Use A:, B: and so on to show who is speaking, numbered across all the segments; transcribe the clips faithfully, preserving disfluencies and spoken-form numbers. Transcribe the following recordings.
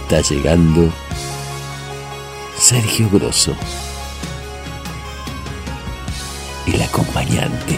A: está llegando Sergio Grosso, el acompañante.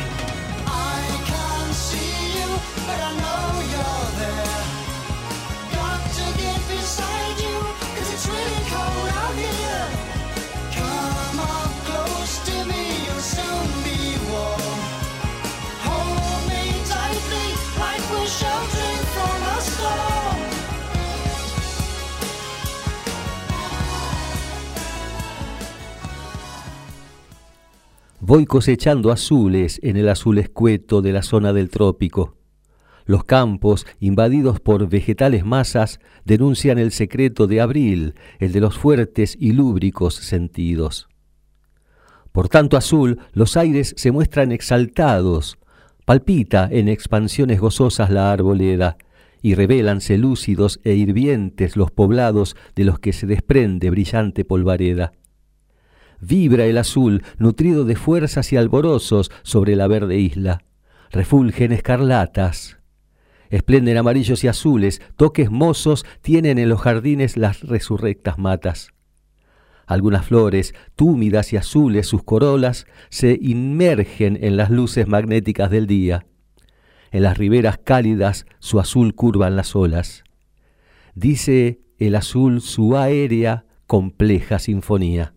B: Voy cosechando azules en el azul escueto de la zona del trópico. Los campos, invadidos por vegetales masas, denuncian el secreto de abril, el de los fuertes y lúbricos sentidos. Por tanto azul, los aires se muestran exaltados, palpita en expansiones gozosas la arboleda, y revélanse lúcidos e hirvientes los poblados de los que se desprende brillante polvareda. Vibra el azul, nutrido de fuerzas y alborosos sobre la verde isla. Refulgen escarlatas. Esplenden amarillos y azules, toques mozos tienen en los jardines las resurrectas matas. Algunas flores, túmidas y azules sus corolas, se inmergen en las luces magnéticas del día. En las riberas cálidas su azul curvan las olas. Dice el azul su aérea, compleja sinfonía.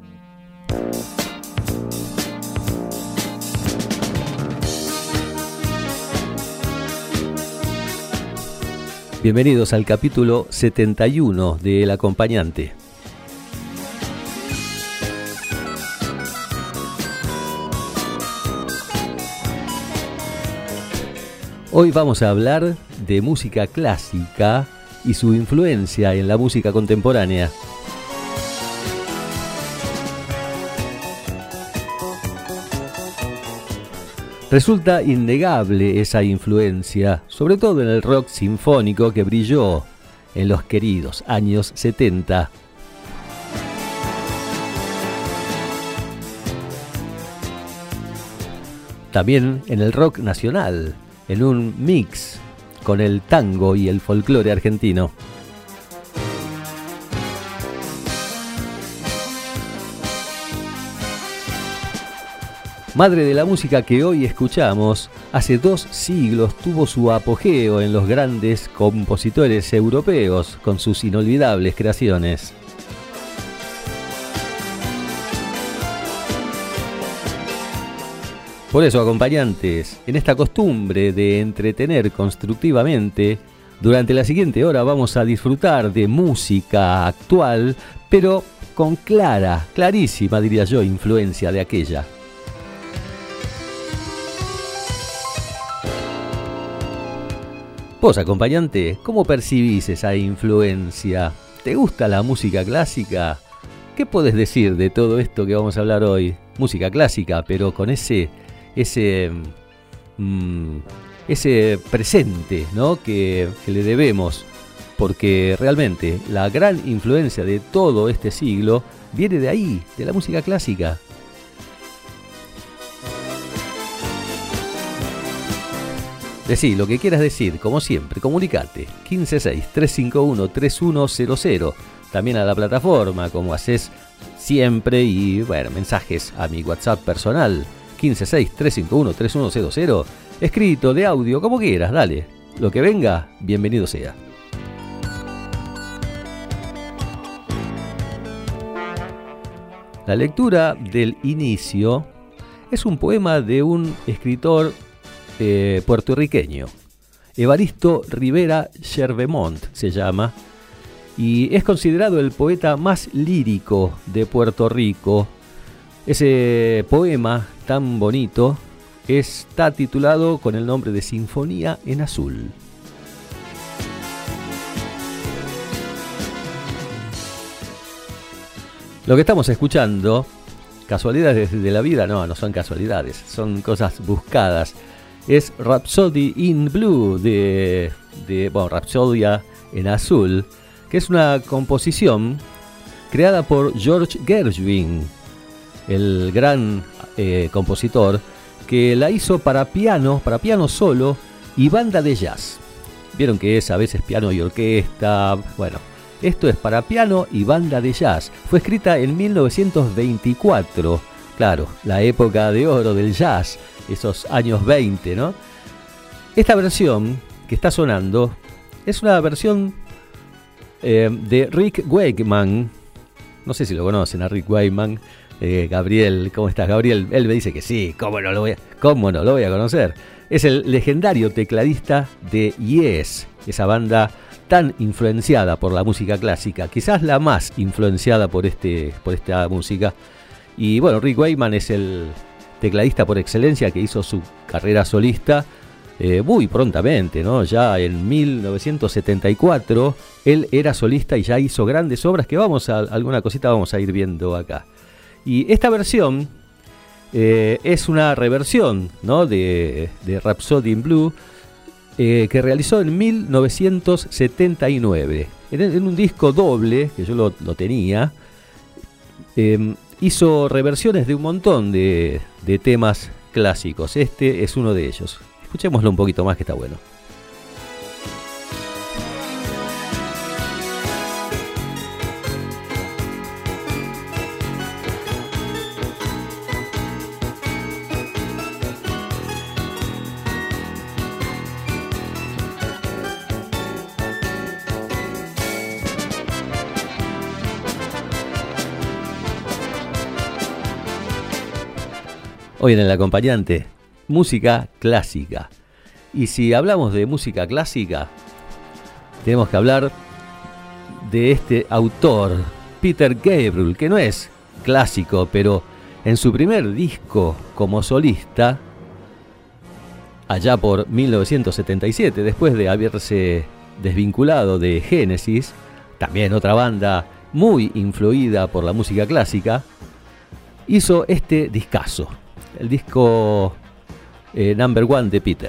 B: Bienvenidos al capítulo setenta y uno de El Acompañante. Hoy vamos a hablar de música clásica y su influencia en la música contemporánea. Resulta innegable esa influencia, sobre todo en el rock sinfónico que brilló en los queridos años setenta. También en el rock nacional, en un mix con el tango y el folclore argentino. Madre de la música que hoy escuchamos, hace dos siglos tuvo su apogeo en los grandes compositores europeos con sus inolvidables creaciones. Por eso, acompañantes, en esta costumbre de entretener constructivamente, durante la siguiente hora vamos a disfrutar de música actual, pero con clara, clarísima, diría yo, influencia de aquella. Vos, acompañante, ¿cómo percibís esa influencia? ¿Te gusta la música clásica? ¿Qué podés decir de todo esto que vamos a hablar hoy? Música clásica, pero con ese, ese, mmm, ese presente, ¿no? que, que le debemos, porque realmente la gran influencia de todo este siglo viene de ahí, de la música clásica. Decí lo que quieras decir, como siempre, comunicate, quince seis, tres cinco uno, tres uno cero cero, también a la plataforma, como haces siempre, y bueno, mensajes a mi WhatsApp personal, quince seis, tres cinco uno, tres uno cero cero, escrito, de audio, como quieras, dale, lo que venga, bienvenido sea. La lectura del inicio es un poema de un escritor Eh, puertorriqueño, Evaristo Rivera Chervemont se llama, y es considerado el poeta más lírico de Puerto Rico. Ese poema tan bonito está titulado con el nombre de Sinfonía en Azul. Lo que estamos escuchando, casualidades de la vida, no, no son casualidades, son cosas buscadas. Es Rhapsody in Blue, de, de bueno, Rapsodia en Azul, que es una composición creada por George Gershwin, el gran eh, compositor, que la hizo para piano, para piano solo y banda de jazz. Vieron que es a veces piano y orquesta, bueno, Esto es para piano y banda de jazz. Fue escrita en mil novecientos veinticuatro. Claro, la época de oro del jazz, esos años veinte, ¿no? Esta versión que está sonando es una versión eh, de Rick Wakeman. No sé si lo conocen a Rick Wakeman. Eh, Gabriel, ¿cómo estás, Gabriel? Él me dice que sí, ¿cómo no lo voy a, cómo no lo voy a conocer? Es el legendario tecladista de Yes, esa banda tan influenciada por la música clásica, quizás la más influenciada por, este, por esta música. Y bueno, Rick Wakeman es el tecladista por excelencia que hizo su carrera solista eh, muy prontamente, ¿no? Ya en mil novecientos setenta y cuatro él era solista y ya hizo grandes obras que vamos a, alguna cosita vamos a ir viendo acá. Y esta versión eh, es una reversión, ¿no? de, de Rhapsody in Blue, eh, que realizó en mil novecientos setenta y nueve. En, en un disco doble, que yo lo, lo tenía, eh, hizo reversiones de un montón de, de temas clásicos. Este es uno de ellos. Escuchémoslo un poquito más, que está bueno. Hoy en El Acompañante, música clásica. Y si hablamos de música clásica, tenemos que hablar de este autor, Peter Gabriel, que no es clásico, pero en su primer disco como solista, allá por mil novecientos setenta y siete, después de haberse desvinculado de Genesis, también otra banda muy influida por la música clásica, hizo este discazo. El disco eh, Number One de Peter.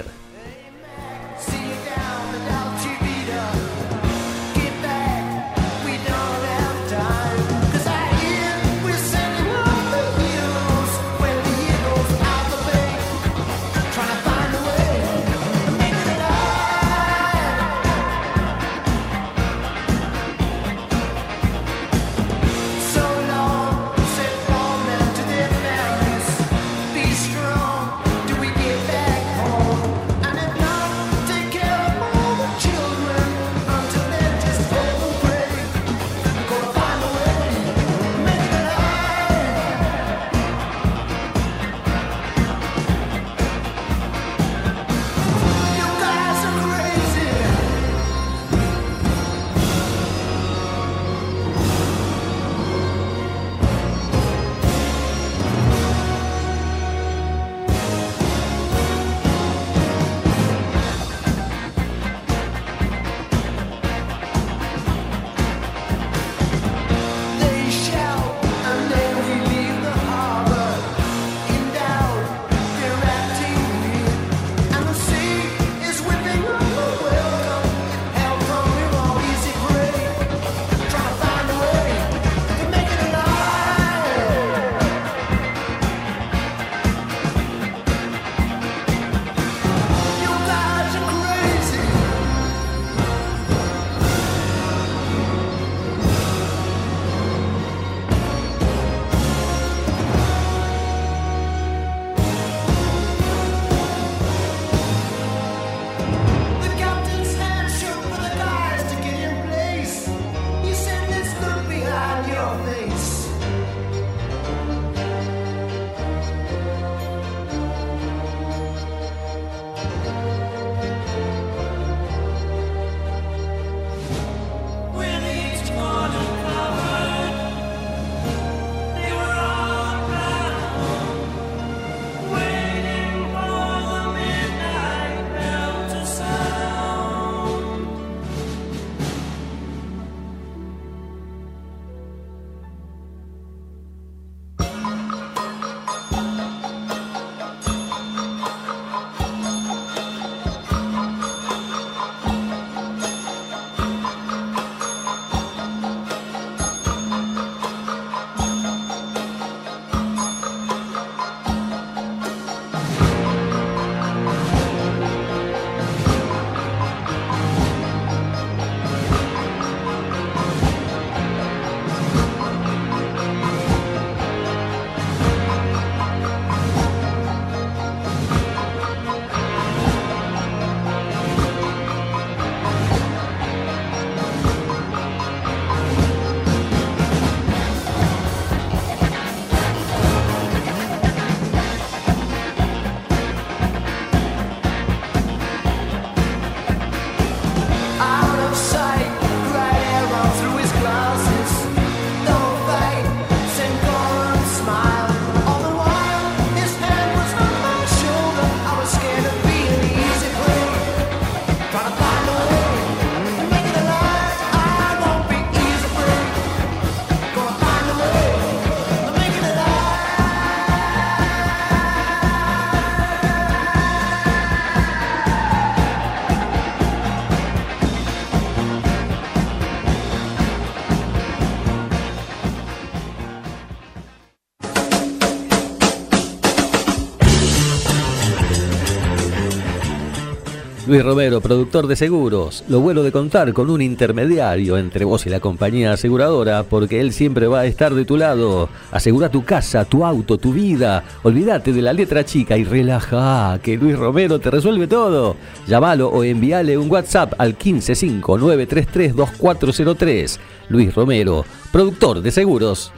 B: Luis Romero, productor de seguros. Lo bueno de contar con un intermediario entre vos y la compañía aseguradora, porque él siempre va a estar de tu lado. Asegura tu casa, tu auto, tu vida. Olvídate de la letra chica y relaja, que Luis Romero te resuelve todo. Llámalo o envíale un WhatsApp al quince cinco nueve tres tres dos cuatro cero tres. Luis Romero, productor de seguros.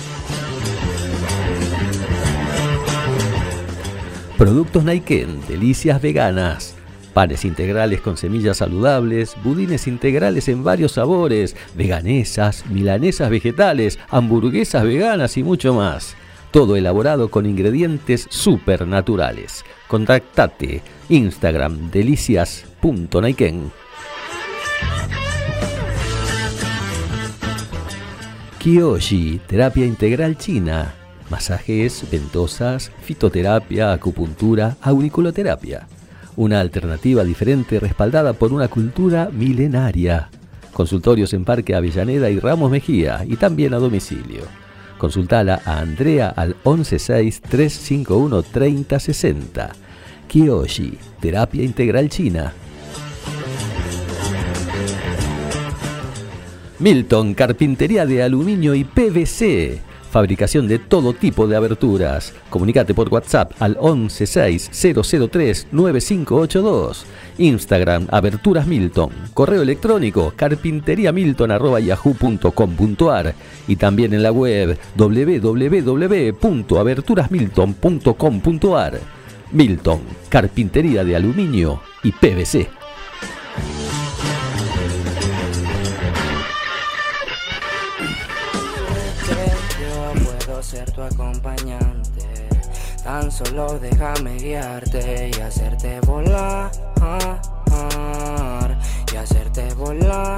B: Productos Naiken, delicias veganas. Panes integrales con semillas saludables, budines integrales en varios sabores, veganesas, milanesas vegetales, hamburguesas veganas y mucho más. Todo elaborado con ingredientes supernaturales. Contactate, Instagram, delicias punto naiken. Kyoshi, terapia integral china. Masajes, ventosas, fitoterapia, acupuntura, auriculoterapia. Una alternativa diferente respaldada por una cultura milenaria. Consultorios en Parque Avellaneda y Ramos Mejía y también a domicilio. Consultala a Andrea al once seis tres cinco uno treinta sesenta. Kyoshi, terapia integral china. Milton, carpintería de aluminio y P V C. Fabricación de todo tipo de aberturas. Comunícate por WhatsApp al once seis cero cero tres nueve cinco ocho dos. Instagram, Aberturas Milton. Correo electrónico, carpinteriamilton arroba yahoo punto com punto ar. Y también en la web, doble u doble u doble u punto aberturas milton punto com punto ar. Milton, carpintería de aluminio y P V C.
C: Ser tu acompañante, tan solo déjame guiarte y hacerte volar, y hacerte volar.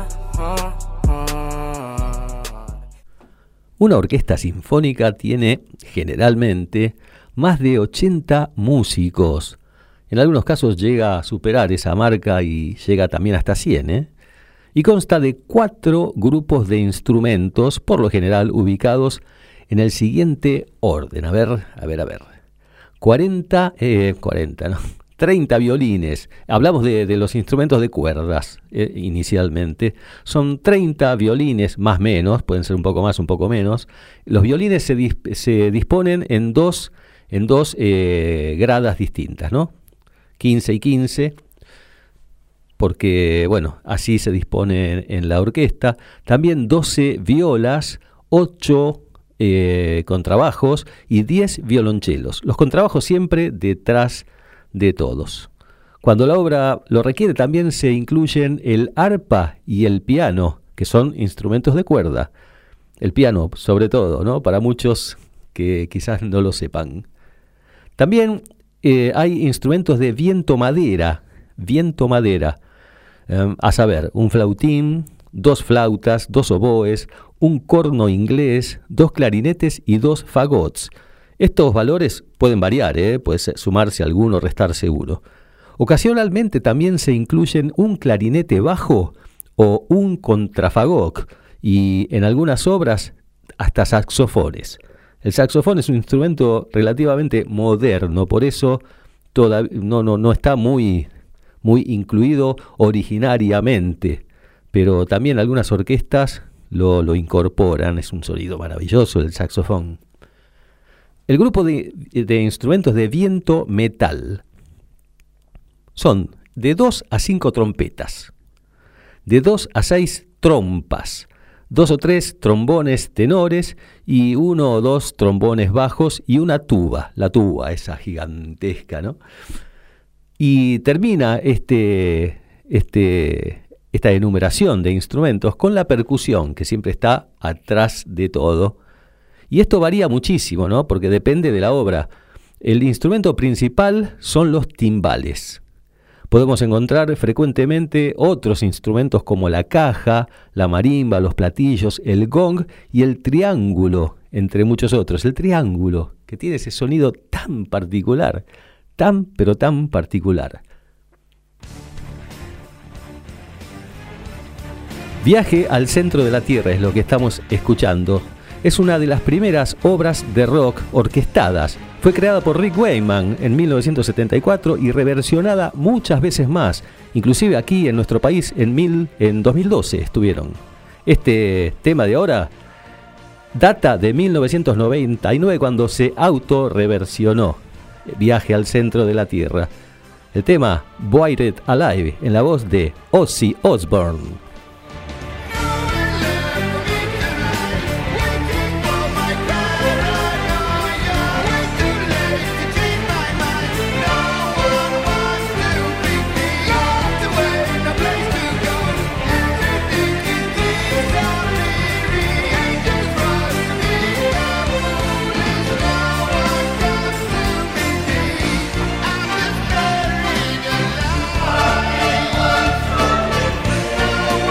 B: Una orquesta sinfónica tiene generalmente más de ochenta músicos. En algunos casos llega a superar esa marca y llega también hasta cien, ¿eh? Y consta de cuatro grupos de instrumentos, por lo general ubicados en el siguiente orden. A ver, a ver, a ver. cuarenta, eh, cuarenta, ¿no? treinta violines. Hablamos de, de los instrumentos de cuerdas eh, inicialmente. Son treinta violines, más o menos, pueden ser un poco más, un poco menos. Los violines se, dis- se disponen en dos, en dos eh, gradas distintas, ¿no? quince y quince, porque, bueno, así se dispone en, en la orquesta. También doce violas, ocho Eh, contrabajos y diez violonchelos. Los contrabajos siempre detrás de todos. Cuando la obra lo requiere, también se incluyen el arpa y el piano, que son instrumentos de cuerda. El piano, sobre todo, ¿no? Para muchos que quizás no lo sepan. También eh, hay instrumentos de viento-madera, viento-madera, eh, a saber, un flautín, dos flautas, dos oboes, un corno inglés, dos clarinetes y dos fagots. Estos valores pueden variar, ¿eh? Puede sumarse alguno o restarse uno. Ocasionalmente también se incluyen un clarinete bajo o un contrafagot y en algunas obras hasta saxofones. El saxofón es un instrumento relativamente moderno, por eso todavía no, no, no está muy, muy incluido originariamente, pero también algunas orquestas Lo, lo incorporan. Es un sonido maravilloso el saxofón. El grupo de, de instrumentos de viento metal son de dos a cinco trompetas, de dos a seis trompas, dos o tres trombones tenores y uno o dos trombones bajos y una tuba, la tuba esa gigantesca, ¿no? Y termina este... este esta enumeración de instrumentos con la percusión, que siempre está atrás de todo. Y esto varía muchísimo, ¿no? Porque depende de la obra. El instrumento principal son los timbales. Podemos encontrar frecuentemente otros instrumentos como la caja, la marimba, los platillos, el gong y el triángulo, entre muchos otros. El triángulo, que tiene ese sonido tan particular, tan pero tan particular. Viaje al centro de la Tierra es lo que estamos escuchando. Es una de las primeras obras de rock orquestadas. Fue Fue creada por Rick Wakeman en mil novecientos setenta y cuatro y reversionada muchas veces más, inclusive aquí en nuestro país en, mil, en dos mil doce estuvieron. Este tema de ahora data de mil novecientos noventa y nueve, cuando se auto-reversionó Viaje al centro de la Tierra. El tema Buried Alive en la voz de Ozzy Osbourne.
D: Alive.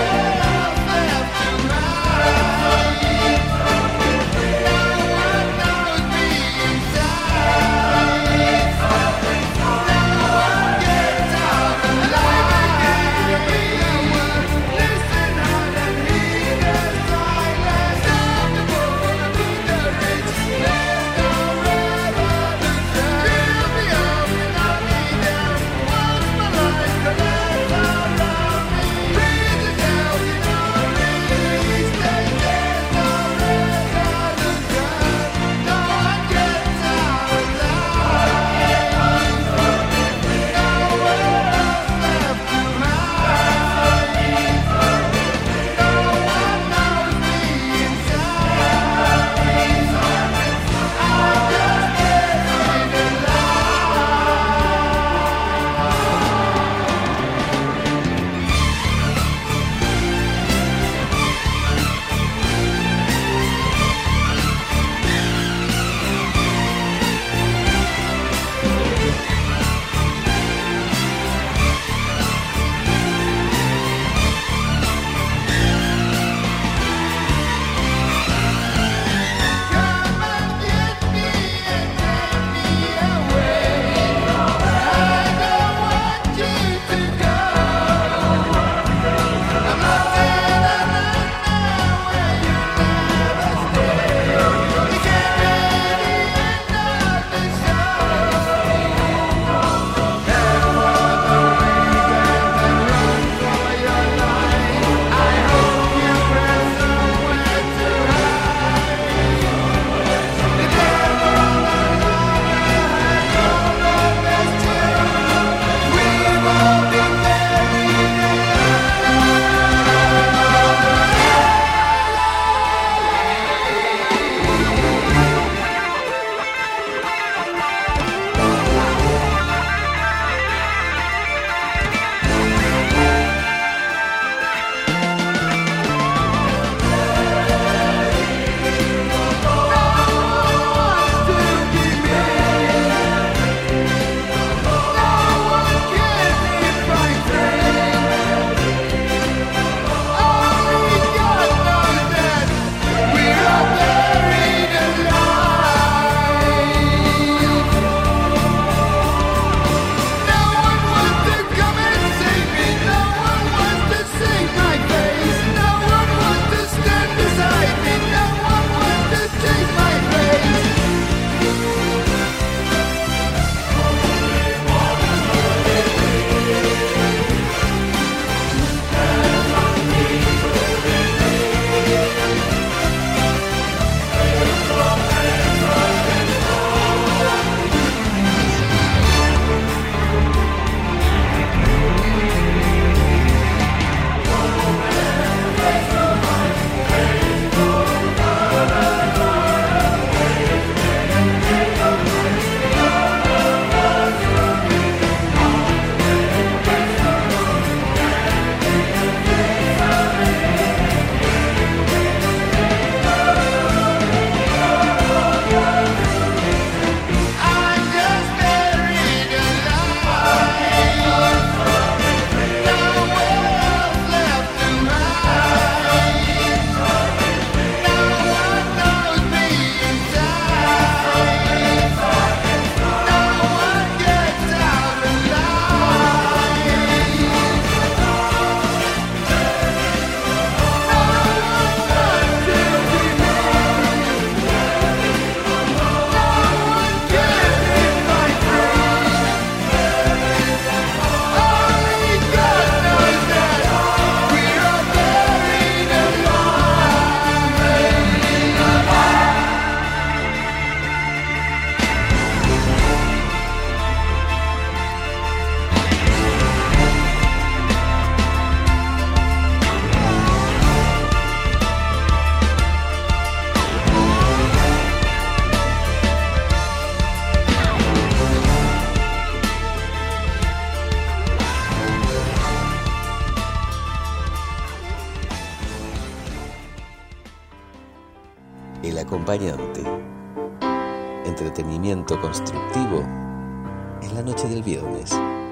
A: El acompañante. Entretenimiento constructivo en la noche del viernes.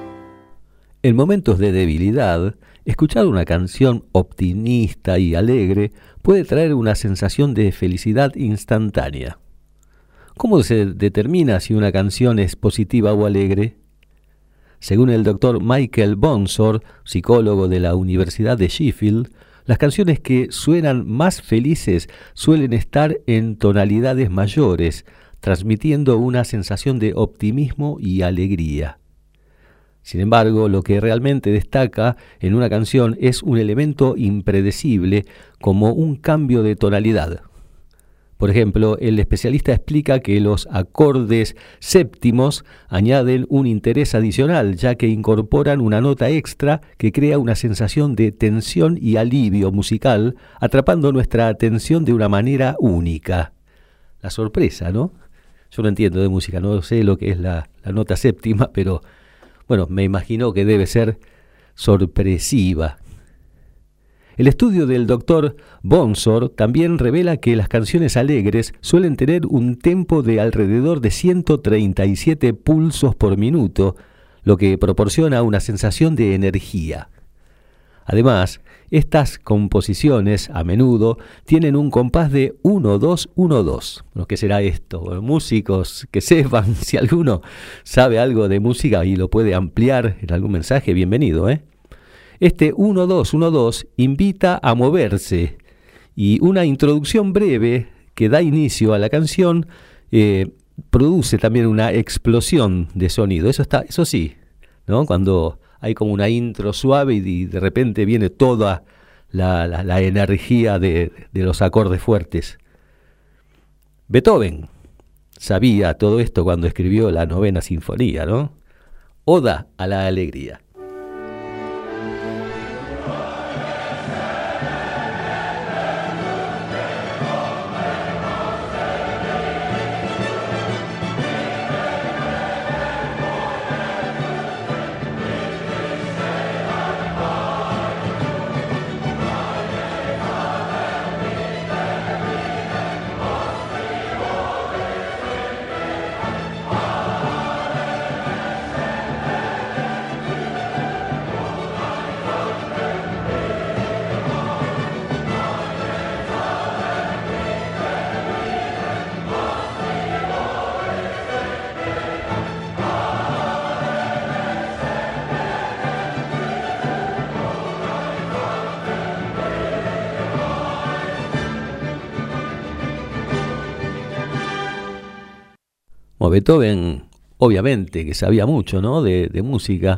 B: En momentos de debilidad, escuchar una canción optimista y alegre puede traer una sensación de felicidad instantánea. ¿Cómo se determina si una canción es positiva o alegre? Según el doctor Michael Bonsor, psicólogo de la Universidad de Sheffield, las canciones que suenan más felices suelen estar en tonalidades mayores, transmitiendo una sensación de optimismo y alegría. Sin embargo, lo que realmente destaca en una canción es un elemento impredecible como un cambio de tonalidad. Por ejemplo, el especialista explica que los acordes séptimos añaden un interés adicional, ya que incorporan una nota extra que crea una sensación de tensión y alivio musical, atrapando nuestra atención de una manera única. La sorpresa, ¿no? Yo no entiendo de música, no sé lo que es la, la nota séptima, pero bueno, me imagino que debe ser sorpresiva. El estudio del doctor Bonsor también revela que las canciones alegres suelen tener un tempo de alrededor de ciento treinta y siete pulsos por minuto, lo que proporciona una sensación de energía. Además, estas composiciones a menudo tienen un compás de uno dos uno dos. Bueno, ¿qué será esto? Bueno, músicos que sepan, si alguno sabe algo de música y lo puede ampliar en algún mensaje, bienvenido, ¿eh? Este uno dos uno dos invita a moverse y una introducción breve que da inicio a la canción eh, produce también una explosión de sonido. Eso está, eso sí, ¿no? Cuando hay como una intro suave y de repente viene toda la, la, la energía de, de los acordes fuertes. Beethoven sabía todo esto cuando escribió la novena sinfonía, ¿no? Oda a la alegría. Beethoven, obviamente, que sabía mucho, ¿no? de, de música,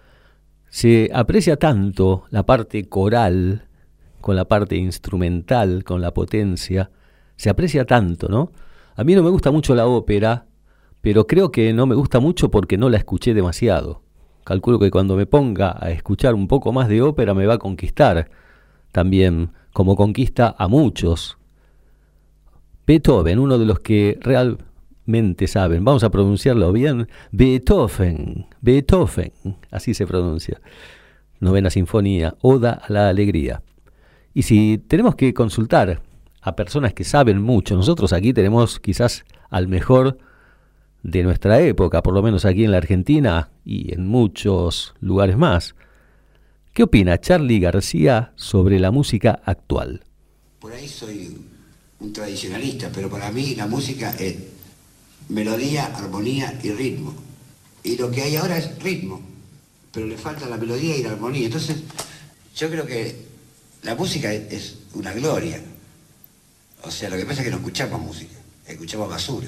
B: se aprecia tanto la parte coral con la parte instrumental, con la potencia, se aprecia tanto, ¿no? A mí no me gusta mucho la ópera, pero creo que no me gusta mucho porque no la escuché demasiado. Calculo que cuando me ponga a escuchar un poco más de ópera me va a conquistar también, como conquista a muchos. Beethoven, uno de los que realmente saben, vamos a pronunciarlo bien, Beethoven, Beethoven, así se pronuncia. Novena Sinfonía, Oda a la Alegría. Y si tenemos que consultar a personas que saben mucho, nosotros aquí tenemos quizás al mejor de nuestra época, por lo menos aquí en la Argentina y en muchos lugares más. ¿Qué opina Charly García sobre la música actual?
D: Por ahí soy un tradicionalista, pero para mí la música es melodía, armonía y ritmo. Y lo que hay ahora es ritmo, pero le falta la melodía y la armonía. Entonces, yo creo que la música es una gloria. O sea, lo que pasa es que no escuchamos música, escuchamos basura.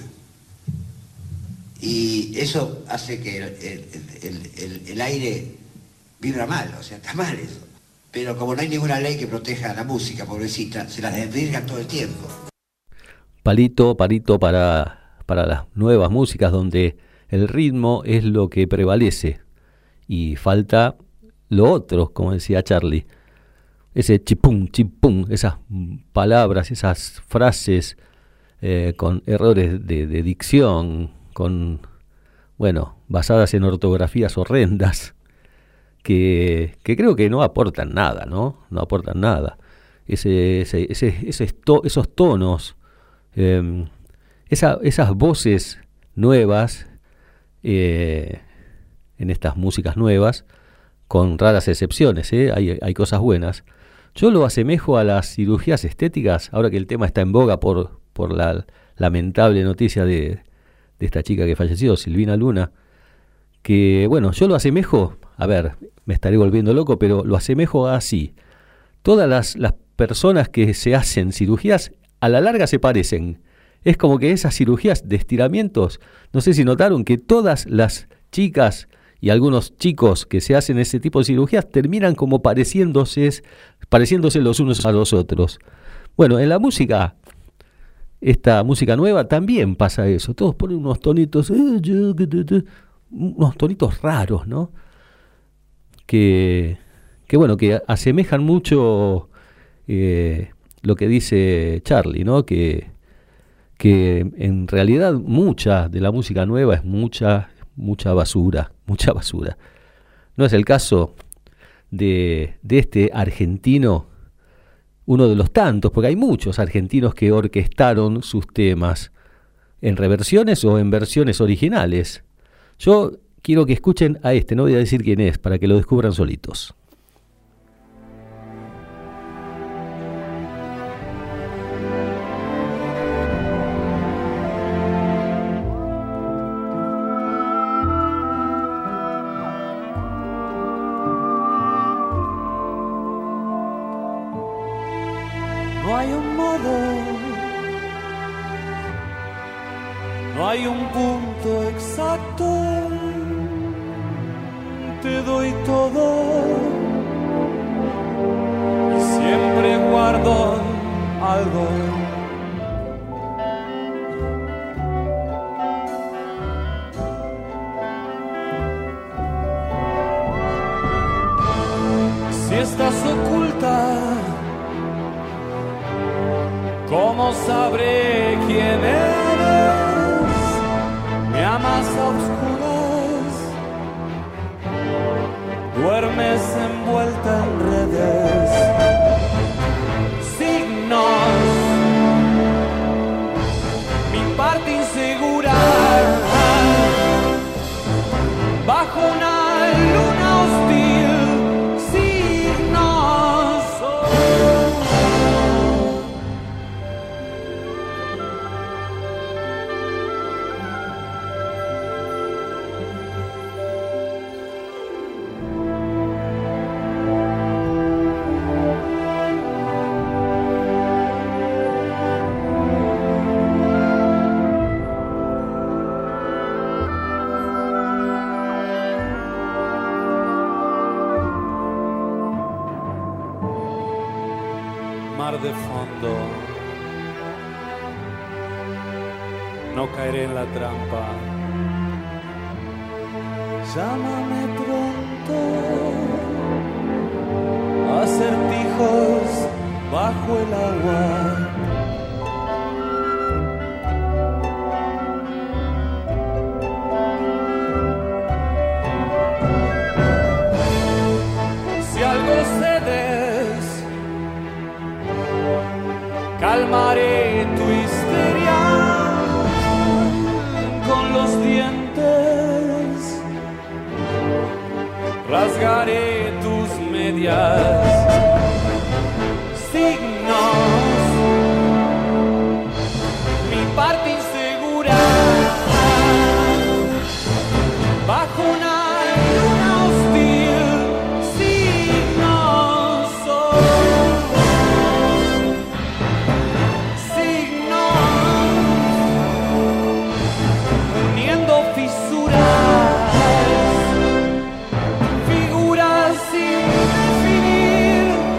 D: Y eso hace que el, el, el, el aire vibra mal, o sea, está mal eso. Pero como no hay ninguna ley que proteja a la música, pobrecita, se la desvirgan todo el tiempo.
B: Palito, palito para... para las nuevas músicas donde el ritmo es lo que prevalece y falta lo otro, como decía Charly, ese chipum, chipum, esas palabras, esas frases eh, con errores de, de dicción, con, bueno, basadas en ortografías horrendas, que, que creo que no aportan nada, ¿no? No aportan nada. Ese, ese, ese, ese to, esos tonos Eh, esa, esas voces nuevas, eh, en estas músicas nuevas, con raras excepciones, ¿eh? hay, hay cosas buenas. Yo lo asemejo a las cirugías estéticas, ahora que el tema está en boga por, por la lamentable noticia de, de esta chica que falleció, Silvina Luna, que bueno, yo lo asemejo, a ver, me estaré volviendo loco, pero lo asemejo así. Todas las, las personas que se hacen cirugías, a la larga se parecen. Es como que esas cirugías de estiramientos, no sé si notaron que todas las chicas y algunos chicos que se hacen ese tipo de cirugías terminan como pareciéndose, pareciéndose los unos a los otros. Bueno, en la música, esta música nueva también pasa eso. Todos ponen unos tonitos, unos tonitos raros, ¿no? Que, que bueno, que asemejan mucho eh, lo que dice Charlie, ¿no? Que, que en realidad mucha de la música nueva es mucha, mucha basura, mucha basura. No es el caso de, de este argentino, uno de los tantos, porque hay muchos argentinos que orquestaron sus temas en reversiones o en versiones originales. Yo quiero que escuchen a este, no voy a decir quién es, para que lo descubran solitos.
E: No hay un modo, no hay un punto exacto, te doy todo y siempre guardo algo. Si estás oculta, ¿cómo sabré quién eres? Me amas a oscuras, duermes envuelta en redes. Signos, mi parte insegura, bajo una luna hostil. Signos, oh. Mar de fondo, no caeré en la trampa. Llámame pronto, acertijos bajo el agua. Si algo cedes, calmaré tu histeria con los dientes, rasgaré tus medias. Signos, mi parte insegura, bajo una luna hostil. Signos, oh. Uniendo fisuras, figuras sin definir.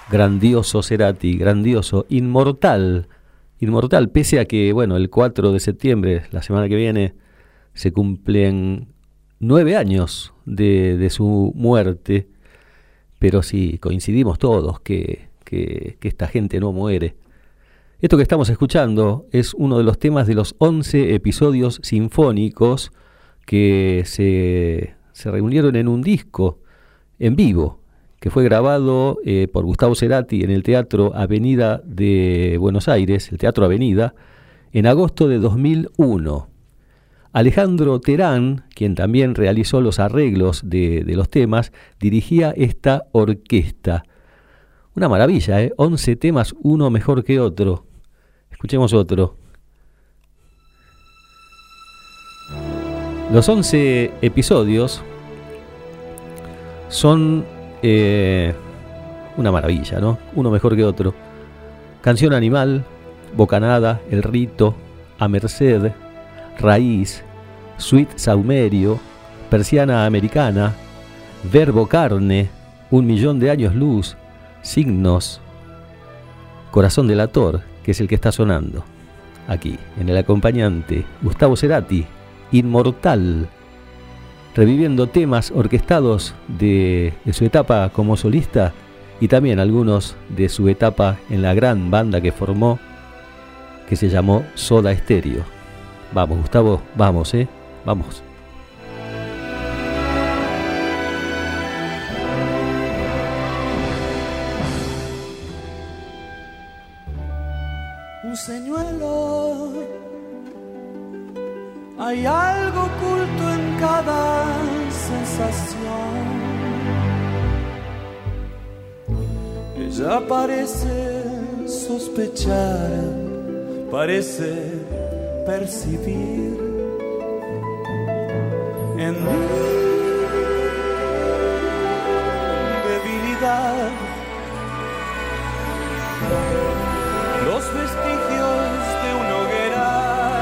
B: Grandioso Cerati, grandioso, inmortal, inmortal, pese a que, bueno, el cuatro de septiembre, la semana que viene, se cumplen nueve años de, de su muerte, pero sí, coincidimos todos que, que, que esta gente no muere. Esto que estamos escuchando es uno de los temas de los once episodios sinfónicos que se, se reunieron en un disco en vivo, que fue grabado eh, por Gustavo Cerati en el Teatro Avenida de Buenos Aires, el Teatro Avenida, en agosto de dos mil uno. Alejandro Terán, quien también realizó los arreglos de, de los temas, dirigía esta orquesta. Una maravilla, ¿eh? once temas, uno mejor que otro. Escuchemos otro. Los once episodios son eh, una maravilla, ¿no? Uno mejor que otro. Canción Animal, Bocanada, El Rito, A Merced, Raíz, Suite Saumerio, Persiana Americana, Verbo Carne, Un Millón de Años Luz, Signos, Corazón Delator, que es el que está sonando aquí, en el acompañante, Gustavo Cerati, inmortal, reviviendo temas orquestados de, de su etapa como solista y también algunos de su etapa en la gran banda que formó, que se llamó Soda Stereo. Vamos, Gustavo, vamos, ¿eh? Vamos.
E: Un señuelo, hay algo oculto en cada sensación. Ella parece sospechar, parece percibir en mi debilidad los vestigios de una hoguera.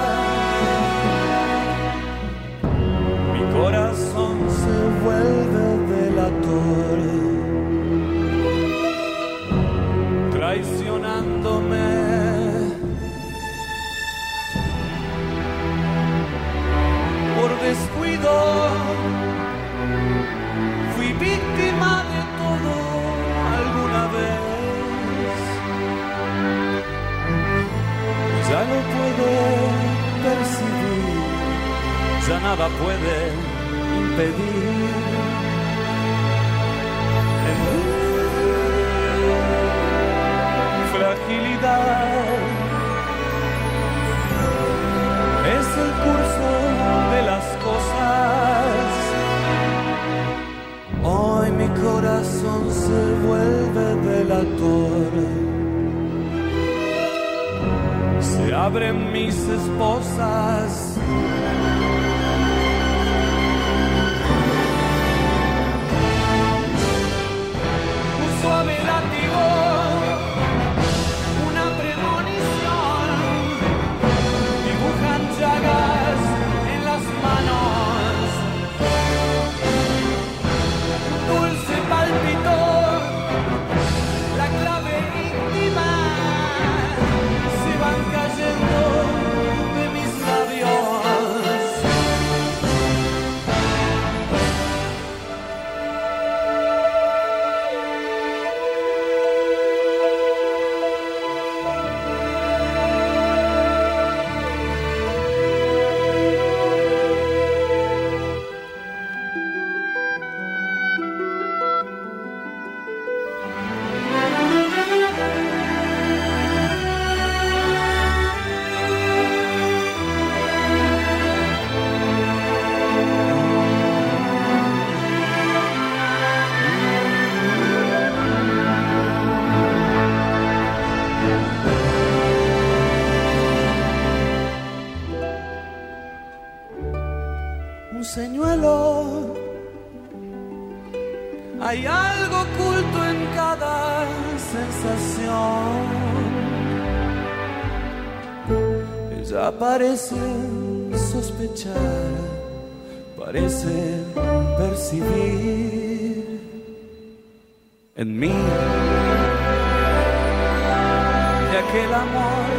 E: Mi corazón se vuelve delator, traicionándome. Por descuido fui víctima de todo alguna vez. Ya no puede percibir, ya nada puede impedir en mi fragilidad. Es el curso de las cosas. Hoy mi corazón se vuelve delator. Se abren mis esposas. Un suave látigo, una premonición, dibujan llagas en las manos. Dulce palpito, la clave íntima. Van cayendo de mis labios. Un señuelo, hay algo oculto en cada sensación. Ella parece sospechar, parece percibir en mí que el amor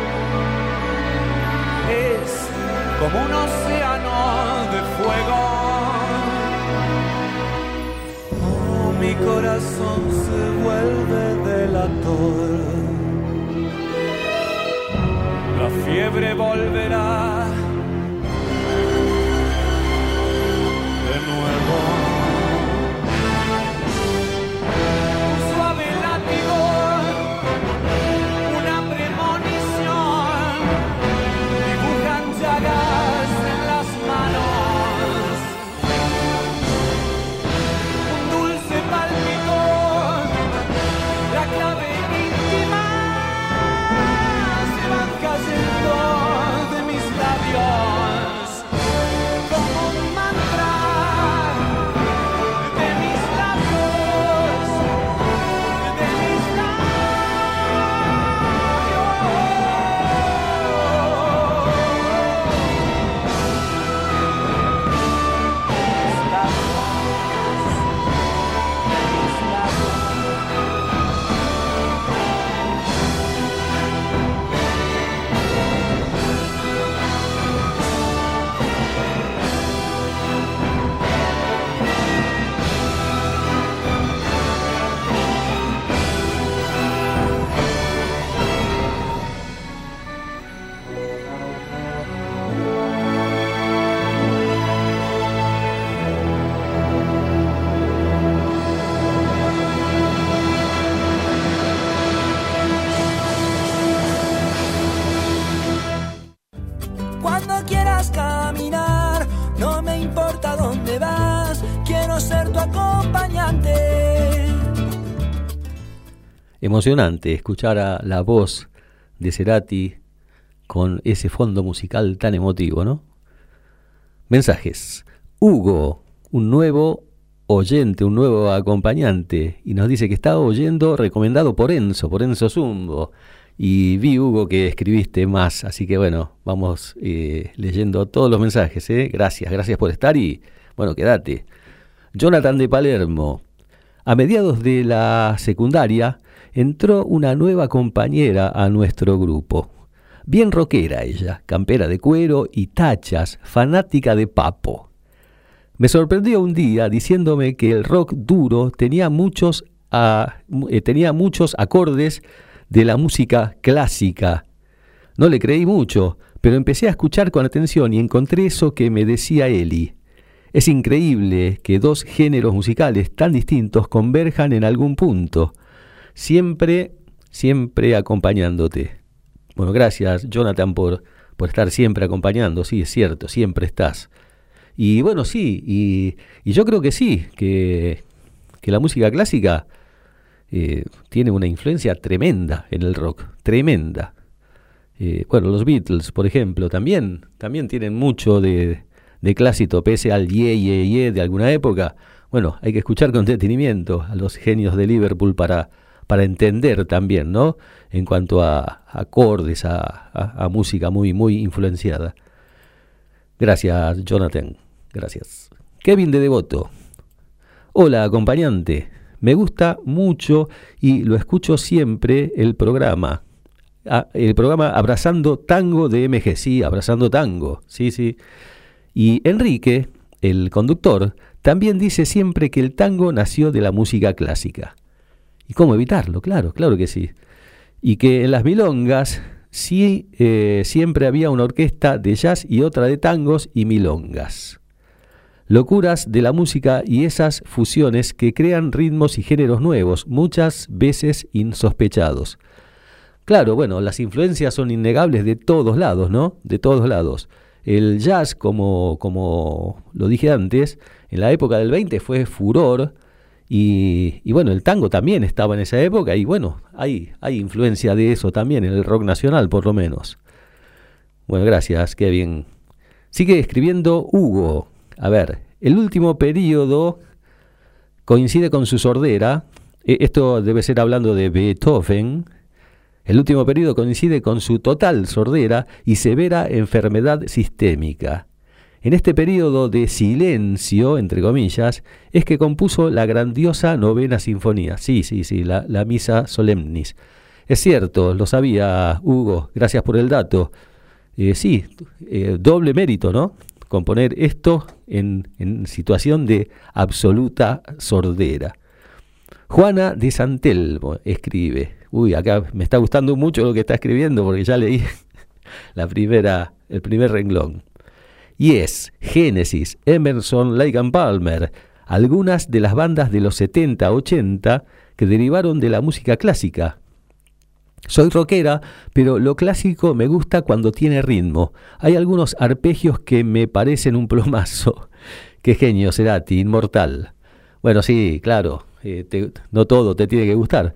E: es como un océano de fuego. Oh, mi corazón se vuelve delator. La fiebre volverá de nuevo. Un suave látigo, una premonición, dibujan llagas en las manos. Un dulce pálpito, la clave íntima, se van cayendo de mis labios como un mantra de mis labios, de mis
F: Cuando quieras caminar, no me importa dónde vas, quiero ser tu acompañante.
B: Emocionante escuchar a la voz de Cerati con ese fondo musical tan emotivo, ¿no? Mensajes. Hugo, un nuevo oyente, un nuevo acompañante, y nos dice que está oyendo, recomendado por Enzo, por Enzo Zumbo. Y vi, Hugo, que escribiste más, así que bueno, vamos eh, leyendo todos los mensajes, ¿eh? Gracias, gracias por estar y bueno, quédate. Jonathan de Palermo. A mediados de la secundaria entró una nueva compañera a nuestro grupo. Bien rockera ella, campera de cuero y tachas, fanática de Papo. Me sorprendió un día diciéndome que el rock duro tenía muchos, a, eh, tenía muchos acordes de la música clásica. No le creí mucho, pero empecé a escuchar con atención y encontré eso que me decía Eli. Es increíble que dos géneros musicales tan distintos converjan en algún punto, siempre, siempre acompañándote. Bueno, gracias, Jonathan, por, por estar siempre acompañando. Sí, es cierto, siempre estás. Y bueno, sí, y, y yo creo que sí, que, que la música clásica Eh, tiene una influencia tremenda en el rock, tremenda. Eh, bueno, los Beatles, por ejemplo, también, también tienen mucho de, de clásico, pese al ye, ye, ye de alguna época. Bueno, hay que escuchar con detenimiento a los genios de Liverpool para, para entender también, ¿no? En cuanto a, a acordes, a, a, a música muy, muy influenciada. Gracias, Jonathan, gracias. Kevin de Devoto. Hola, acompañante. Me gusta mucho y lo escucho siempre el programa. Ah, el programa Abrazando Tango de M G. Sí, Abrazando Tango. Sí, sí. Y Enrique, el conductor, también dice siempre que el tango nació de la música clásica. ¿Y cómo evitarlo? Claro, claro que sí. Y que en las milongas sí, eh, siempre había una orquesta de jazz y otra de tangos y milongas. Locuras de la música y esas fusiones que crean ritmos y géneros nuevos, muchas veces insospechados. Claro, bueno, las influencias son innegables de todos lados, ¿no? De todos lados. El jazz, como, como lo dije antes, en la época del veinte fue furor y, y bueno, el tango también estaba en esa época y bueno, hay, hay influencia de eso también en el rock nacional, por lo menos. Bueno, gracias, Kevin. Sigue escribiendo Hugo. A ver, el último periodo coincide con su sordera. Esto debe ser hablando de Beethoven. El último periodo coincide con su total sordera y severa enfermedad sistémica. En este periodo de silencio, entre comillas, es que compuso la grandiosa novena sinfonía. Sí, sí, sí, la, la Misa Solemnis. Es cierto, lo sabía, Hugo, gracias por el dato. Eh, sí, eh, doble mérito, ¿no? Componer esto en, en situación de absoluta sordera. Juana de Santelmo escribe. Uy, acá me está gustando mucho lo que está escribiendo porque ya leí la primera, el primer renglón. Yes, Genesis, Emerson, Lake and Palmer, algunas de las bandas de los setenta, ochenta que derivaron de la música clásica. Soy rockera, pero lo clásico me gusta cuando tiene ritmo. Hay algunos arpegios que me parecen un plomazo. Qué genio, Cerati, inmortal. Bueno, sí, claro, eh, te, no todo te tiene que gustar,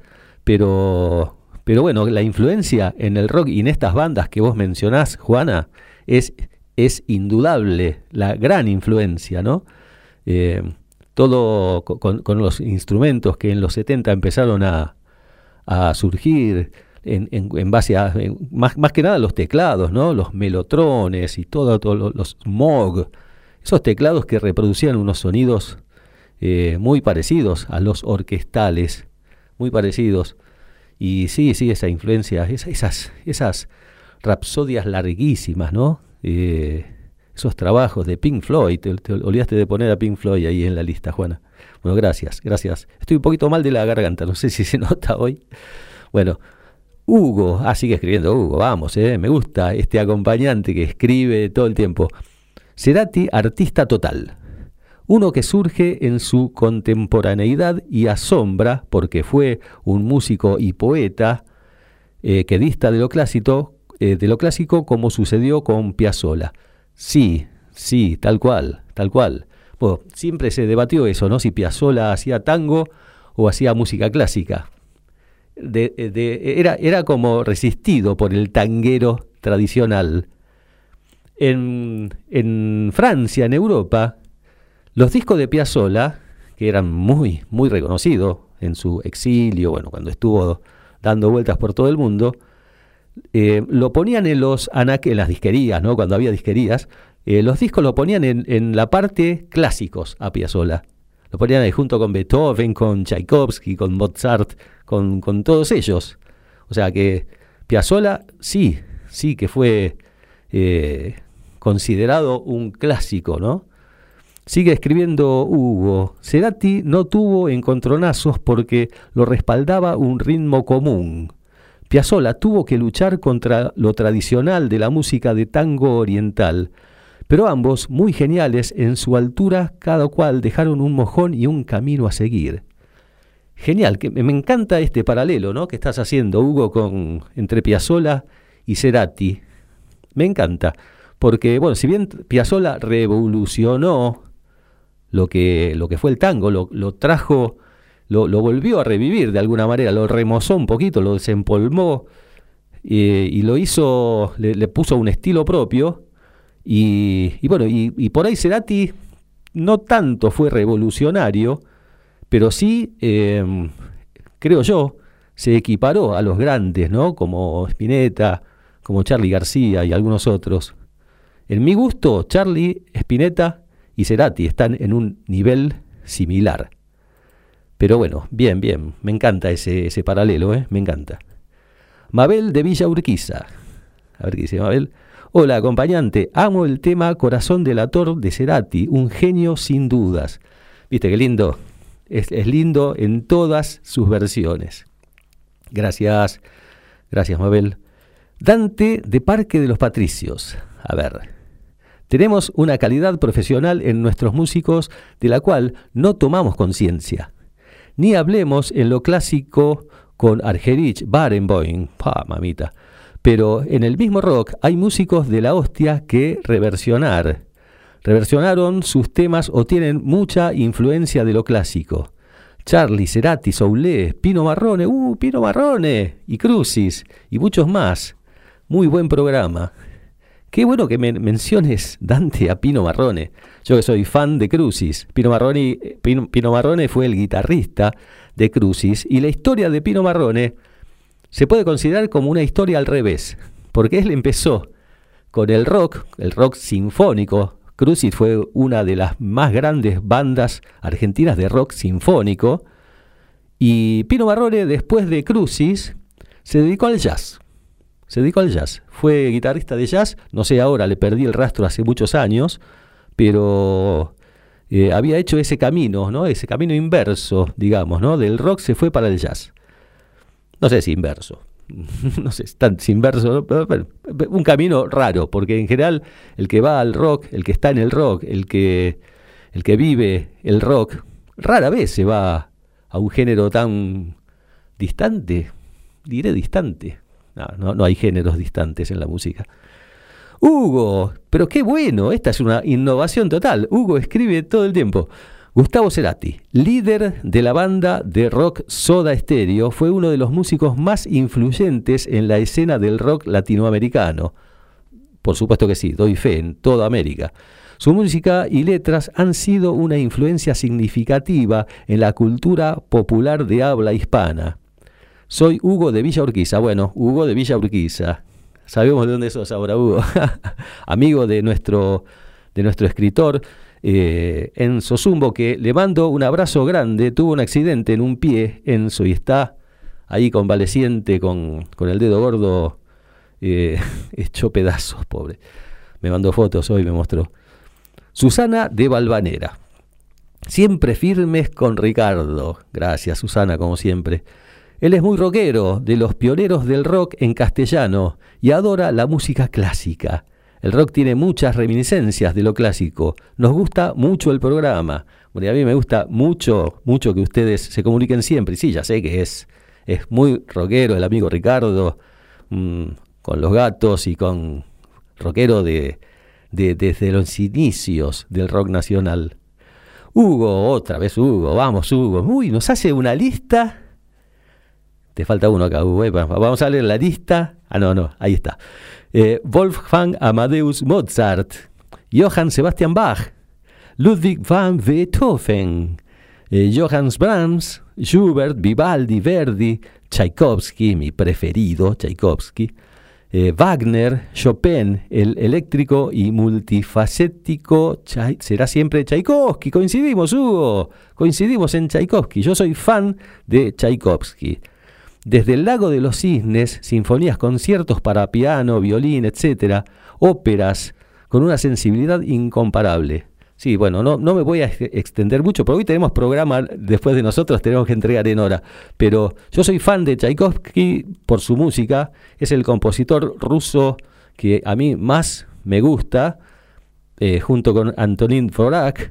B: pero, pero bueno, la influencia en el rock y en estas bandas que vos mencionás, Juana, es, es indudable, la gran influencia, ¿no? Eh, todo con, con los instrumentos que en los setenta empezaron a, a surgir, En, en, en base a, en, más, más que nada los teclados, ¿no? Los melotrones y todo, todo los, los Moog, esos teclados que reproducían unos sonidos eh, muy parecidos a los orquestales, muy parecidos. Y sí, sí, esa influencia, esa, esas, esas rapsodias larguísimas, ¿no? Eh, esos trabajos de Pink Floyd, te, te olvidaste de poner a Pink Floyd ahí en la lista, Juana. Bueno, gracias, gracias. Estoy un poquito mal de la garganta, no sé si se nota hoy. Bueno, Hugo, ah, sigue escribiendo Hugo, vamos, eh, me gusta este acompañante que escribe todo el tiempo. Cerati, artista total. Uno que surge en su contemporaneidad y asombra porque fue un músico y poeta eh, que dista de lo clásico, eh, de lo clásico como sucedió con Piazzolla. Sí, sí, tal cual, tal cual. Bueno, siempre se debatió eso, ¿no? Si Piazzolla hacía tango o hacía música clásica. De, de, era, era como resistido por el tanguero tradicional. En, en Francia, en Europa, los discos de Piazzolla, que eran muy, muy reconocidos en su exilio, bueno, cuando estuvo dando vueltas por todo el mundo, eh, lo ponían en los anaque, en las disquerías, ¿no? Cuando había disquerías, eh, los discos lo ponían en, en la parte clásicos a Piazzolla. Lo ponían ahí junto con Beethoven, con Tchaikovsky, con Mozart, con, con todos ellos. O sea que Piazzolla sí, sí que fue eh, considerado un clásico, ¿no? Sigue escribiendo Hugo. Cerati no tuvo encontronazos porque lo respaldaba un ritmo común. Piazzolla tuvo que luchar contra lo tradicional de la música de tango oriental. Pero ambos, muy geniales, en su altura, cada cual dejaron un mojón y un camino a seguir. Genial, que me encanta este paralelo, ¿no? Que estás haciendo, Hugo, con, entre Piazzolla y Cerati. Me encanta, porque, bueno, si bien Piazzolla revolucionó lo que, lo que fue el tango, lo, lo trajo, lo, lo volvió a revivir de alguna manera, lo remozó un poquito, lo desempolmó eh, y lo hizo, le, le puso un estilo propio. Y, y bueno, y, y por ahí Cerati no tanto fue revolucionario, pero sí, eh, creo yo, se equiparó a los grandes, ¿no? Como Spinetta, como Charly García y algunos otros. En mi gusto, Charly, Spinetta y Cerati están en un nivel similar. Pero bueno, bien, bien, me encanta ese, ese paralelo, ¿eh? Me encanta. Mabel de Villa Urquiza. A ver qué dice Mabel. Hola, acompañante, amo el tema Corazón delator de Cerati, un genio sin dudas. ¿Viste qué lindo? Es, es lindo en todas sus versiones. Gracias, gracias Mabel. Dante de Parque de los Patricios. A ver, tenemos una calidad profesional en nuestros músicos de la cual no tomamos conciencia. Ni hablemos en lo clásico con Argerich, Barenboim, pa, mamita. Pero en el mismo rock hay músicos de la hostia que reversionar. Reversionaron sus temas o tienen mucha influencia de lo clásico. Charly, Cerati, Soulé, Pino Marrone, uh, Pino Marrone, y Crucis, y muchos más. Muy buen programa. Qué bueno que me menciones, Dante, a Pino Marrone. Yo que soy fan de Crucis. Pino Marrone, Pino, Pino Marrone fue el guitarrista de Crucis, y la historia de Pino Marrone se puede considerar como una historia al revés, porque él empezó con el rock, el rock sinfónico. Crucis fue una de las más grandes bandas argentinas de rock sinfónico, y Pino Marrone, después de Crucis, se dedicó al jazz. Se dedicó al jazz. Fue guitarrista de jazz, no sé ahora, le perdí el rastro hace muchos años, pero eh, había hecho ese camino, ¿no? Ese camino inverso, digamos, ¿no? Del rock se fue para el jazz. No sé si inverso. No sé, es tan inverso, ¿no? Pero, pero, un camino raro, porque en general el que va al rock, el que está en el rock, el que, el que vive el rock, rara vez se va a un género tan distante, diré distante. No, no, no hay géneros distantes en la música. Hugo, pero qué bueno, esta es una innovación total. Hugo escribe todo el tiempo. Gustavo Cerati, líder de la banda de rock Soda Stereo, fue uno de los músicos más influyentes en la escena del rock latinoamericano. Por supuesto que sí, doy fe, en toda América. Su música y letras han sido una influencia significativa en la cultura popular de habla hispana. Soy Hugo de Villa Urquiza. Bueno, Hugo de Villa Urquiza. Sabemos de dónde sos ahora, Hugo. Amigo de nuestro, de nuestro escritor, Eh, Enzo Zumbo, que le mando un abrazo grande. Tuvo un accidente en un pie, Enzo, y está ahí convaleciente con, con el dedo gordo eh, hecho pedazos, pobre. Me mandó fotos hoy, me mostró. Susana de Valvanera, siempre firmes con Ricardo. Gracias, Susana, como siempre. Él es muy rockero, de los pioneros del rock en castellano, y adora la música clásica. El rock tiene muchas reminiscencias de lo clásico. Nos gusta mucho el programa. Bueno, y a mí me gusta mucho, mucho que ustedes se comuniquen siempre. Y sí, ya sé que es, es muy rockero el amigo Ricardo, mmm, con los gatos y con rockero de, de, desde los inicios del rock nacional. Hugo, otra vez Hugo, vamos Hugo. Uy, nos hace una lista. Te falta uno acá, Hugo. Vamos a leer la lista. Ah, no, no, ahí está. Eh, Wolfgang Amadeus Mozart, Johann Sebastian Bach, Ludwig van Beethoven, eh, Johannes Brahms, Schubert, Vivaldi, Verdi, Tchaikovsky, mi preferido, Tchaikovsky, eh, Wagner, Chopin, el eléctrico y multifacético, Chai, será siempre Tchaikovsky. Coincidimos, Hugo, coincidimos en Tchaikovsky. Yo soy fan de Tchaikovsky. Desde el Lago de los Cisnes, sinfonías, conciertos para piano, violín, etcétera, óperas con una sensibilidad incomparable. Sí, bueno, no, no me voy a extender mucho, porque hoy tenemos programa, después de nosotros tenemos que entregar en hora, pero yo soy fan de Tchaikovsky por su música. Es el compositor ruso que a mí más me gusta, eh, junto con Antonín Dvorak,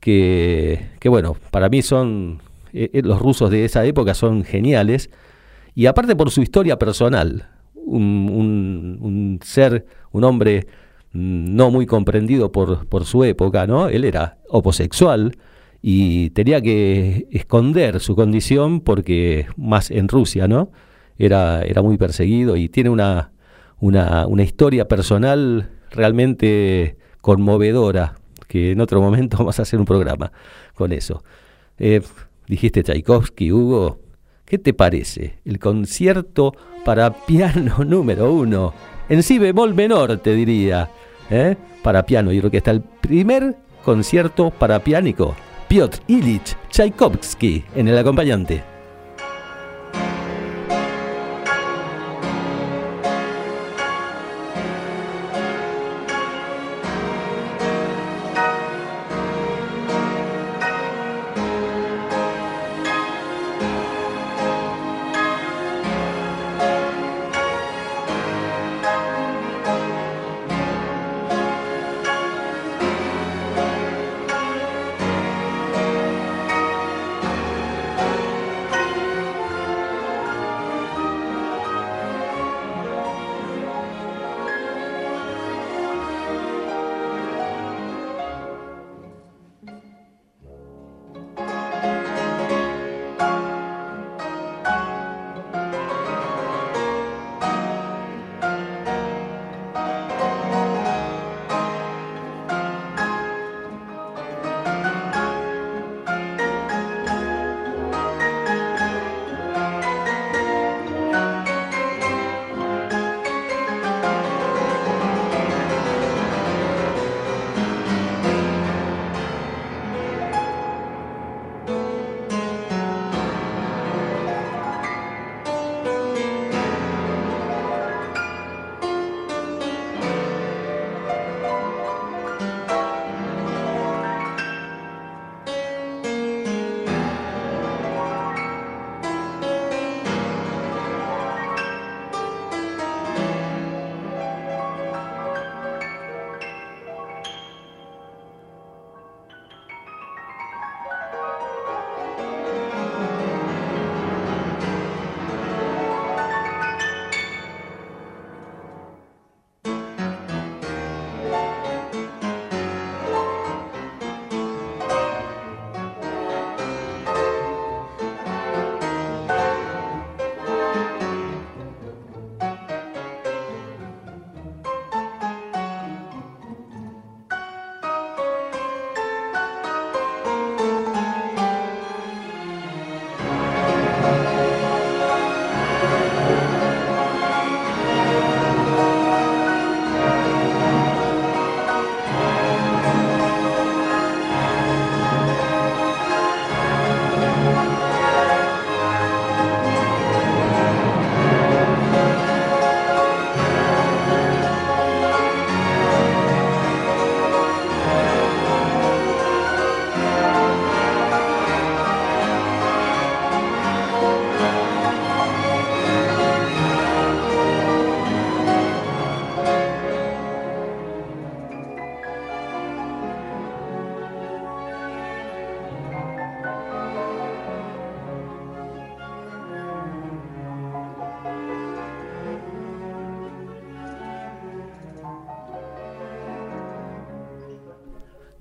B: que, que bueno, para mí son, eh, los rusos de esa época son geniales. Y aparte por su historia personal, un, un, un ser, un hombre no muy comprendido por, por su época, ¿no? Él era homosexual y tenía que esconder su condición porque, más en Rusia, ¿no? Era, era muy perseguido y tiene una, una, una historia personal realmente conmovedora, que en otro momento vamos a hacer un programa con eso. Eh, dijiste Tchaikovsky, Hugo. ¿Qué te parece el concierto para piano número uno? En si bemol menor, te diría, ¿eh? Para piano y orquesta. El primer concierto para piánico. Piotr Ilich Tchaikovsky en el acompañante.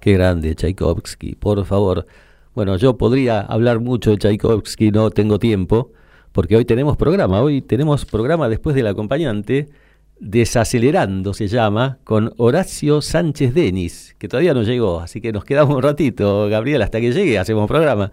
B: Qué grande Tchaikovsky, por favor. Bueno, yo podría hablar mucho de Tchaikovsky, no tengo tiempo, porque hoy tenemos programa, hoy tenemos programa después del acompañante, Desacelerando se llama, con Horacio Sánchez Denis, que todavía no llegó, así que nos quedamos un ratito, Gabriel, hasta que llegue hacemos programa.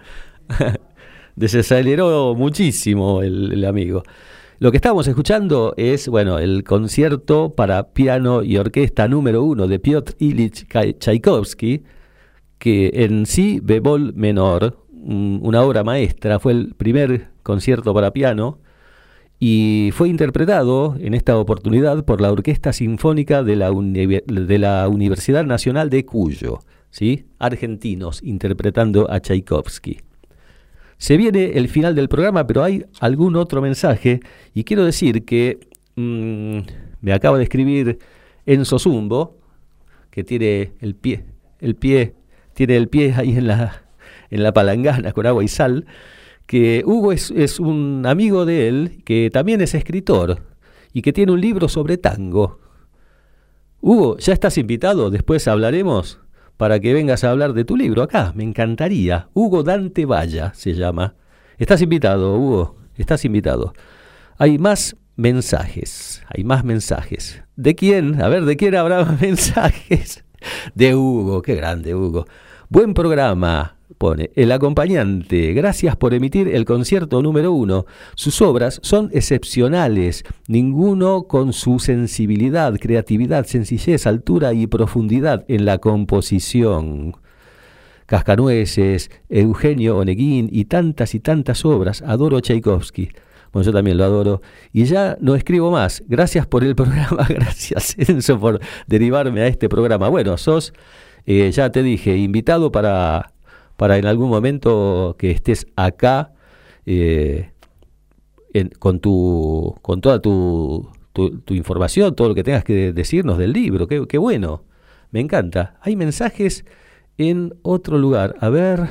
B: Desaceleró muchísimo el, el amigo. Lo que estábamos escuchando es, bueno, el concierto para piano y orquesta número uno de Piotr Ilich Tchaikovsky, que en si bemol menor, una obra maestra, fue el primer concierto para piano y fue interpretado en esta oportunidad por la Orquesta Sinfónica de la, Uni- de la Universidad Nacional de Cuyo, ¿sí? Argentinos interpretando a Tchaikovsky. Se viene el final del programa, pero hay algún otro mensaje y quiero decir que mmm, me acaba de escribir Enzo Zumbo, que tiene el pie, el pie, tiene el pie ahí en la, en la palangana con agua y sal, que Hugo es, es un amigo de él, que también es escritor y que tiene un libro sobre tango. Hugo, ya estás invitado, después hablaremos para que vengas a hablar de tu libro acá, me encantaría. Hugo Dante Valla se llama. Estás invitado, Hugo, estás invitado. Hay más mensajes, hay más mensajes. ¿De quién? A ver, ¿de quién habrá más mensajes? De Hugo, qué grande Hugo. Buen programa, pone, el acompañante, gracias por emitir el concierto número uno. Sus obras son excepcionales, ninguno con su sensibilidad, creatividad, sencillez, altura y profundidad en la composición. Cascanueces, Eugenio Oneguín y tantas y tantas obras. Adoro Tchaikovsky. Bueno, yo también lo adoro. Y ya no escribo más. Gracias por el programa. Gracias, Enzo, por derivarme a este programa. Bueno, sos, eh, ya te dije, invitado para, para en algún momento que estés acá eh, en, con, tu, con toda tu, tu, tu información, todo lo que tengas que decirnos del libro. Qué, qué bueno. Me encanta. Hay mensajes en otro lugar. A ver.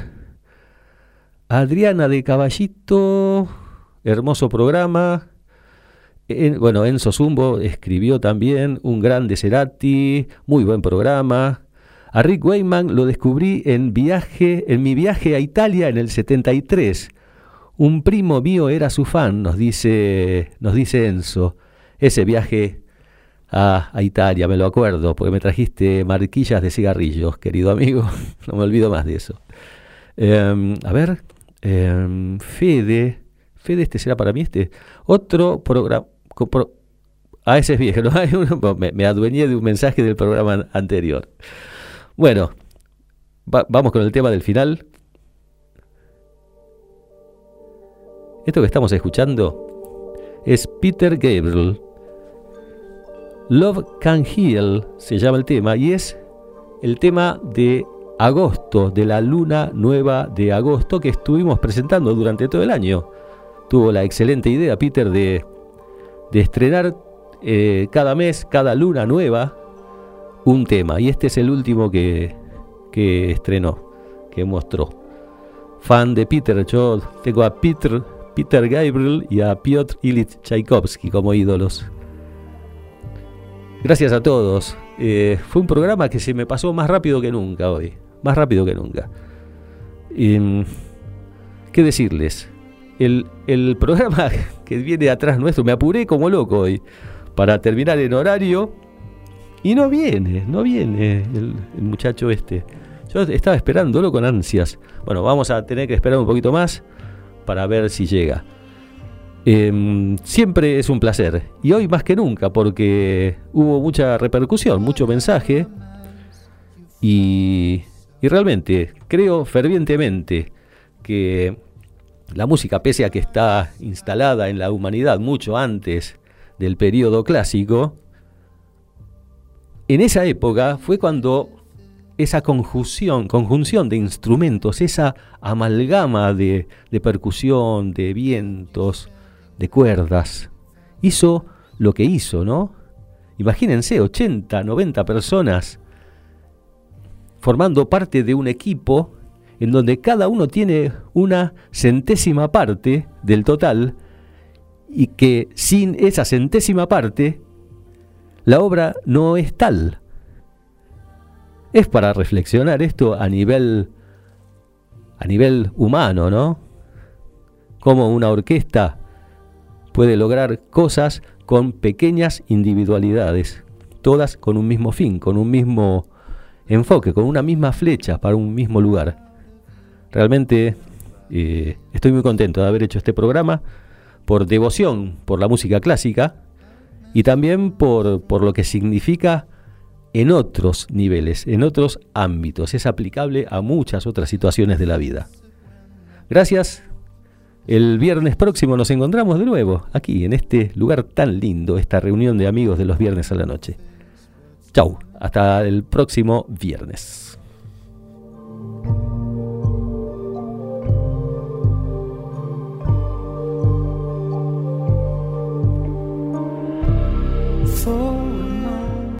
B: Adriana de Caballito. Hermoso programa. En, bueno, Enzo Zumbo escribió también un grande Cerati, muy buen programa. A Rick Wayman lo descubrí en viaje, en mi viaje a Italia en el setenta y tres. Un primo mío era su fan, nos dice, nos dice Enzo. Ese viaje a, a Italia, me lo acuerdo, porque me trajiste marquillas de cigarrillos, querido amigo. No me olvido más de eso. Eh, a ver, eh, Fede. Fede, este será para mí este. Otro programa. Pro, ah, ese es viejo. ¿No? me, me adueñé de un mensaje del programa anterior. Bueno, va, vamos con el tema del final. Esto que estamos escuchando es Peter Gabriel. Love Can Heal se llama el tema y es el tema de agosto, de la luna nueva de agosto que estuvimos presentando durante todo el año. Tuvo la excelente idea, Peter, de, de estrenar eh, cada mes, cada luna nueva, un tema. Y este es el último que, que estrenó, que mostró. Fan de Peter, yo tengo a Peter, Peter Gabriel y a Piotr Ilich Tchaikovsky como ídolos. Gracias a todos. Eh, fue un programa que se me pasó más rápido que nunca hoy. Más rápido que nunca. Eh, ¿Qué decirles? El, el programa que viene atrás nuestro, me apuré como loco hoy para terminar en horario y no viene, no viene el, el muchacho este. Yo estaba esperándolo con ansias. Bueno, vamos a tener que esperar un poquito más para ver si llega. Eh, siempre es un placer y hoy más que nunca porque hubo mucha repercusión, mucho mensaje y, y realmente creo fervientemente que la música, pese a que está instalada en la humanidad mucho antes del periodo clásico, en esa época fue cuando esa conjunción, conjunción de instrumentos, esa amalgama de, de percusión, de vientos, de cuerdas, hizo lo que hizo, ¿no? Imagínense, ochenta, noventa personas formando parte de un equipo en donde cada uno tiene una centésima parte del total y que sin esa centésima parte la obra no es tal. Es para reflexionar esto a nivel, a nivel humano, ¿no? Cómo una orquesta puede lograr cosas con pequeñas individualidades, todas con un mismo fin, con un mismo enfoque, con una misma flecha para un mismo lugar. Realmente eh, estoy muy contento de haber hecho este programa por devoción por la música clásica y también por, por lo que significa en otros niveles, en otros ámbitos. Es aplicable a muchas otras situaciones de la vida. Gracias. El viernes próximo nos encontramos de nuevo aquí en este lugar tan lindo, esta reunión de amigos de los viernes a la noche. Chau, hasta el próximo viernes.
F: For